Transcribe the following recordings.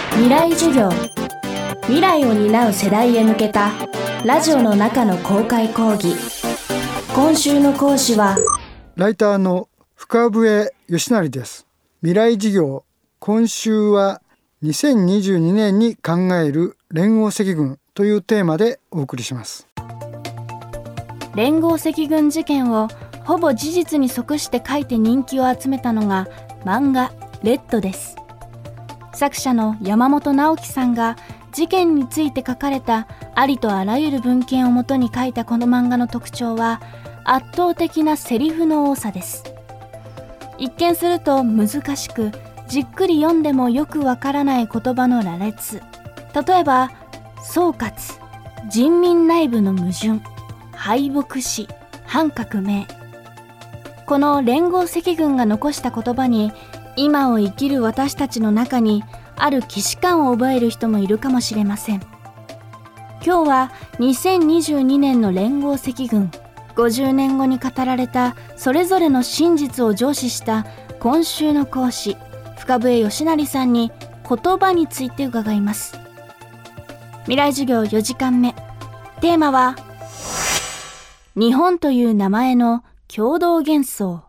未来授業、未来を担う世代へ向けたラジオの中の公開講義。今週の講師はライターの深笛義成です。未来授業、今週は2022年に考える連合赤軍というテーマでお送りします。 連合赤軍事件をほぼ事実に即して書いて人気を集めたのが漫画レッドです。作者の山本直樹さんが事件について書かれたありとあらゆる文献をもとに書いたこの漫画の特徴は圧倒的なセリフの多さです。一見すると難しくじっくり読んでもよくわからない言葉の羅列。例えば総括、人民内部の矛盾、敗北死、反革命。この連合赤軍が残した言葉に今を生きる私たちの中にある既視感を覚える人もいるかもしれません。今日は2022年の連合赤軍、50年後に語られたそれぞれの真実を上視した今週の講師、深笛義成さんに言葉について伺います。未来授業4時間目。テーマは日本という名前の共同幻想。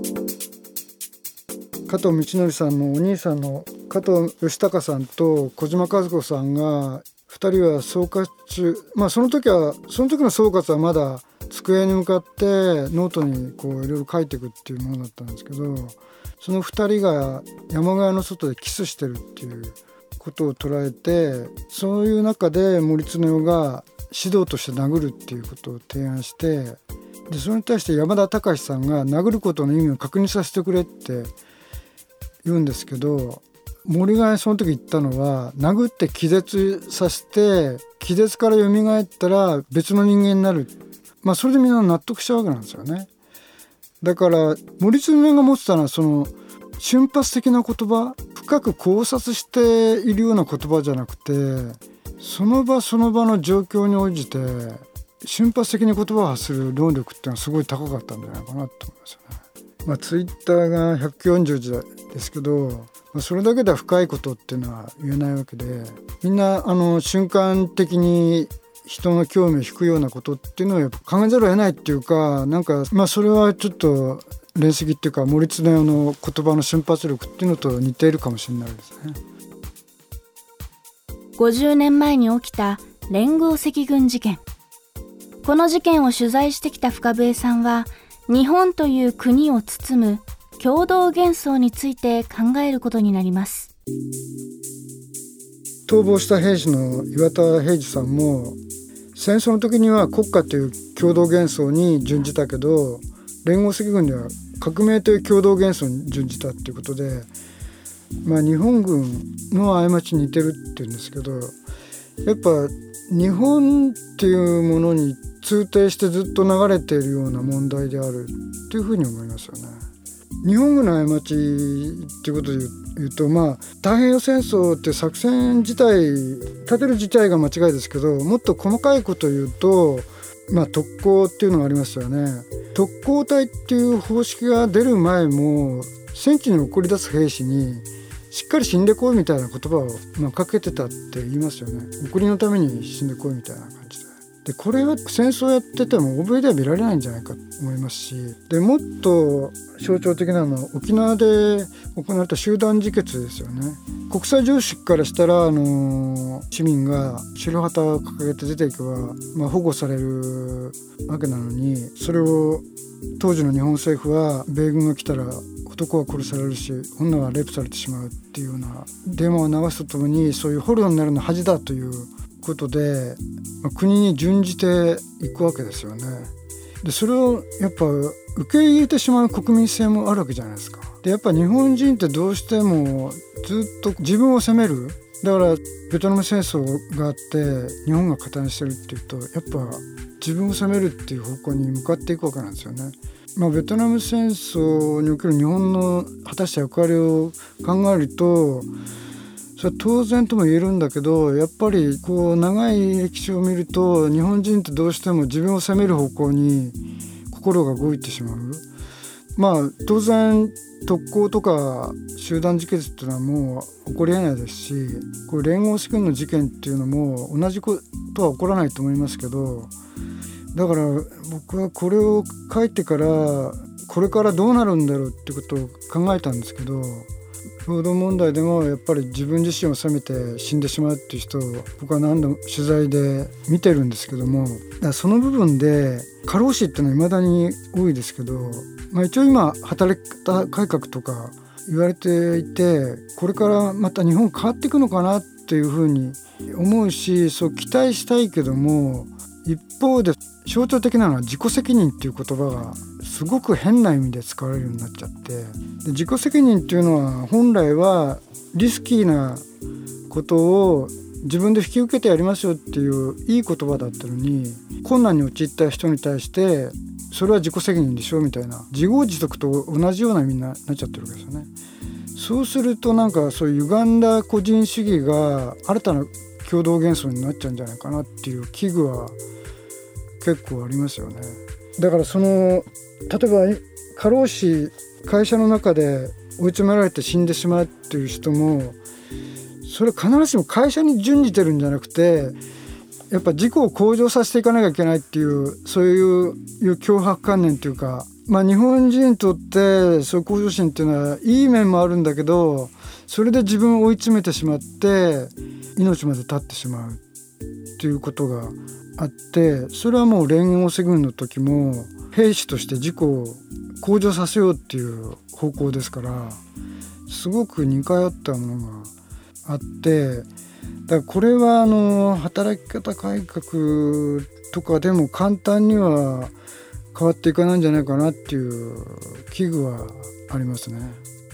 加藤道則さんのお兄さんの加藤義孝さんと小島和子さんが2人は総括中、その時の総括はまだ机に向かってノートにこういろいろ書いていくっていうものだったんですけど、その2人が山小屋の外でキスしてるっていうことを捉えて、そういう中で森恒夫が指導として殴るっていうことを提案して、でそれに対して山田隆さんが殴ることの意味を確認させてくれって言うんですけど、森がその時言ったのは、殴って気絶させて気絶から蘇ったら別の人間になる、それでみんな納得しちゃうわけなんですよね。だから森恒夫が持ってたのはその瞬発的な言葉、深く考察しているような言葉じゃなくて、その場その場の状況に応じて瞬発的に言葉を発する能力っていうのはすごい高かったんじゃないかなと思いますよね。ツイッターが140字ですけど、それだけでは深いことっていうのは言えないわけで、みんな瞬間的に人の興味を引くようなことっていうのをやっぱ考えざるを得ないっていうか、それはちょっと連席っていうか森恒夫の言葉の瞬発力っていうのと似ているかもしれないですね。 50年前に起きた連合赤軍事件。この事件を取材してきた深笛さんは、日本という国を包む共同幻想について考えることになります。 逃亡した兵士の岩田平次さんも、戦争の時には国家という共同幻想に準じたけど、連合赤軍では革命という共同幻想に準じたっていうことで、日本軍の過ちに似てるっていうんですけど、やっぱ日本っていうものに通底してずっと流れているような問題であるっていうふうに思いますよね。日本軍の過ちっていうことで言うと、太平洋戦争って作戦自体立てる自体が間違いですけど、もっと細かいことを言うと、特攻っていうのがありますよね。特攻隊っていう方式が出る前も戦地に送り出す兵士にしっかり死んでこいみたいな言葉をかけてたって言いますよね。送りのために死んでこいみたいな感じで、これは戦争やってても欧米では見られないんじゃないかと思いますし、でもっと象徴的なのは沖縄で行われた集団自決ですよね。国際常識からしたら市民が白旗を掲げて出ていけば、保護されるわけなのに、それを当時の日本政府は米軍が来たら男は殺されるし女はレイプされてしまうっていうようなデマを流すとともに、そういう捕虜になるの恥だということで、国に準じていくわけですよね。でそれをやっぱ受け入れてしまう国民性もあるわけじゃないですか。でやっぱ日本人ってどうしてもずっと自分を責める。だからベトナム戦争があって日本が加担してるっていうと、やっぱ自分を責めるっていう方向に向かっていくわけなんですよね。ベトナム戦争における日本の果たした役割を考えると、それは当然とも言えるんだけど、やっぱり長い歴史を見ると日本人ってどうしても自分を責める方向に心が動いてしまう。 当然特攻とか集団自決っていうのはもう起こりえないですし、これ連合赤軍の事件っていうのも同じことは起こらないと思いますけど、だから僕はこれを書いてからこれからどうなるんだろうってことを考えたんですけど、労働問題でもやっぱり自分自身を責めて死んでしまうっていう人を僕は何度も取材で見てるんですけども、だからその部分で過労死っていうのは未だに多いですけど、一応今働き方改革とか言われていて、これからまた日本変わっていくのかなっていうふうに思うし、そう期待したいけども、一方で象徴的なのは自己責任っていう言葉がすごく変な意味で使われるようになっちゃって、で自己責任っていうのは本来はリスキーなことを自分で引き受けてやりますよっていういい言葉だったのに、困難に陥った人に対してそれは自己責任でしょみたいな、自業自得と同じような意味になっちゃってるわけですよね。そうするとそういう歪んだ個人主義が新たな共同幻想になっちゃうんじゃないかなっていう危惧は結構ありますよね。だから例えば過労死、会社の中で追い詰められて死んでしまうっていう人も、それ必ずしも会社に準じてるんじゃなくて、やっぱ自己を向上させていかなきゃいけないっていう、そういう強迫観念というか、日本人にとってそういう向上心っていうのはいい面もあるんだけど、それで自分を追い詰めてしまって命まで絶ってしまうっていうことがあって、それはもう連合赤軍の時も兵士として自己を向上させようっていう方向ですから、すごく似通ったものがあって、だからこれは働き方改革とかでも簡単には変わっていかないんじゃないかなっていう危惧はありますね。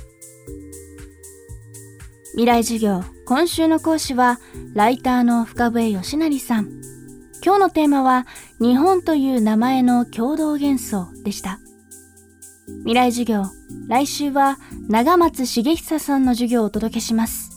未来授業、今週の講師はライターの深笛義成さん。今日のテーマは日本という名前の共同幻想でした。未来授業、来週は長松茂久さんの授業をお届けします。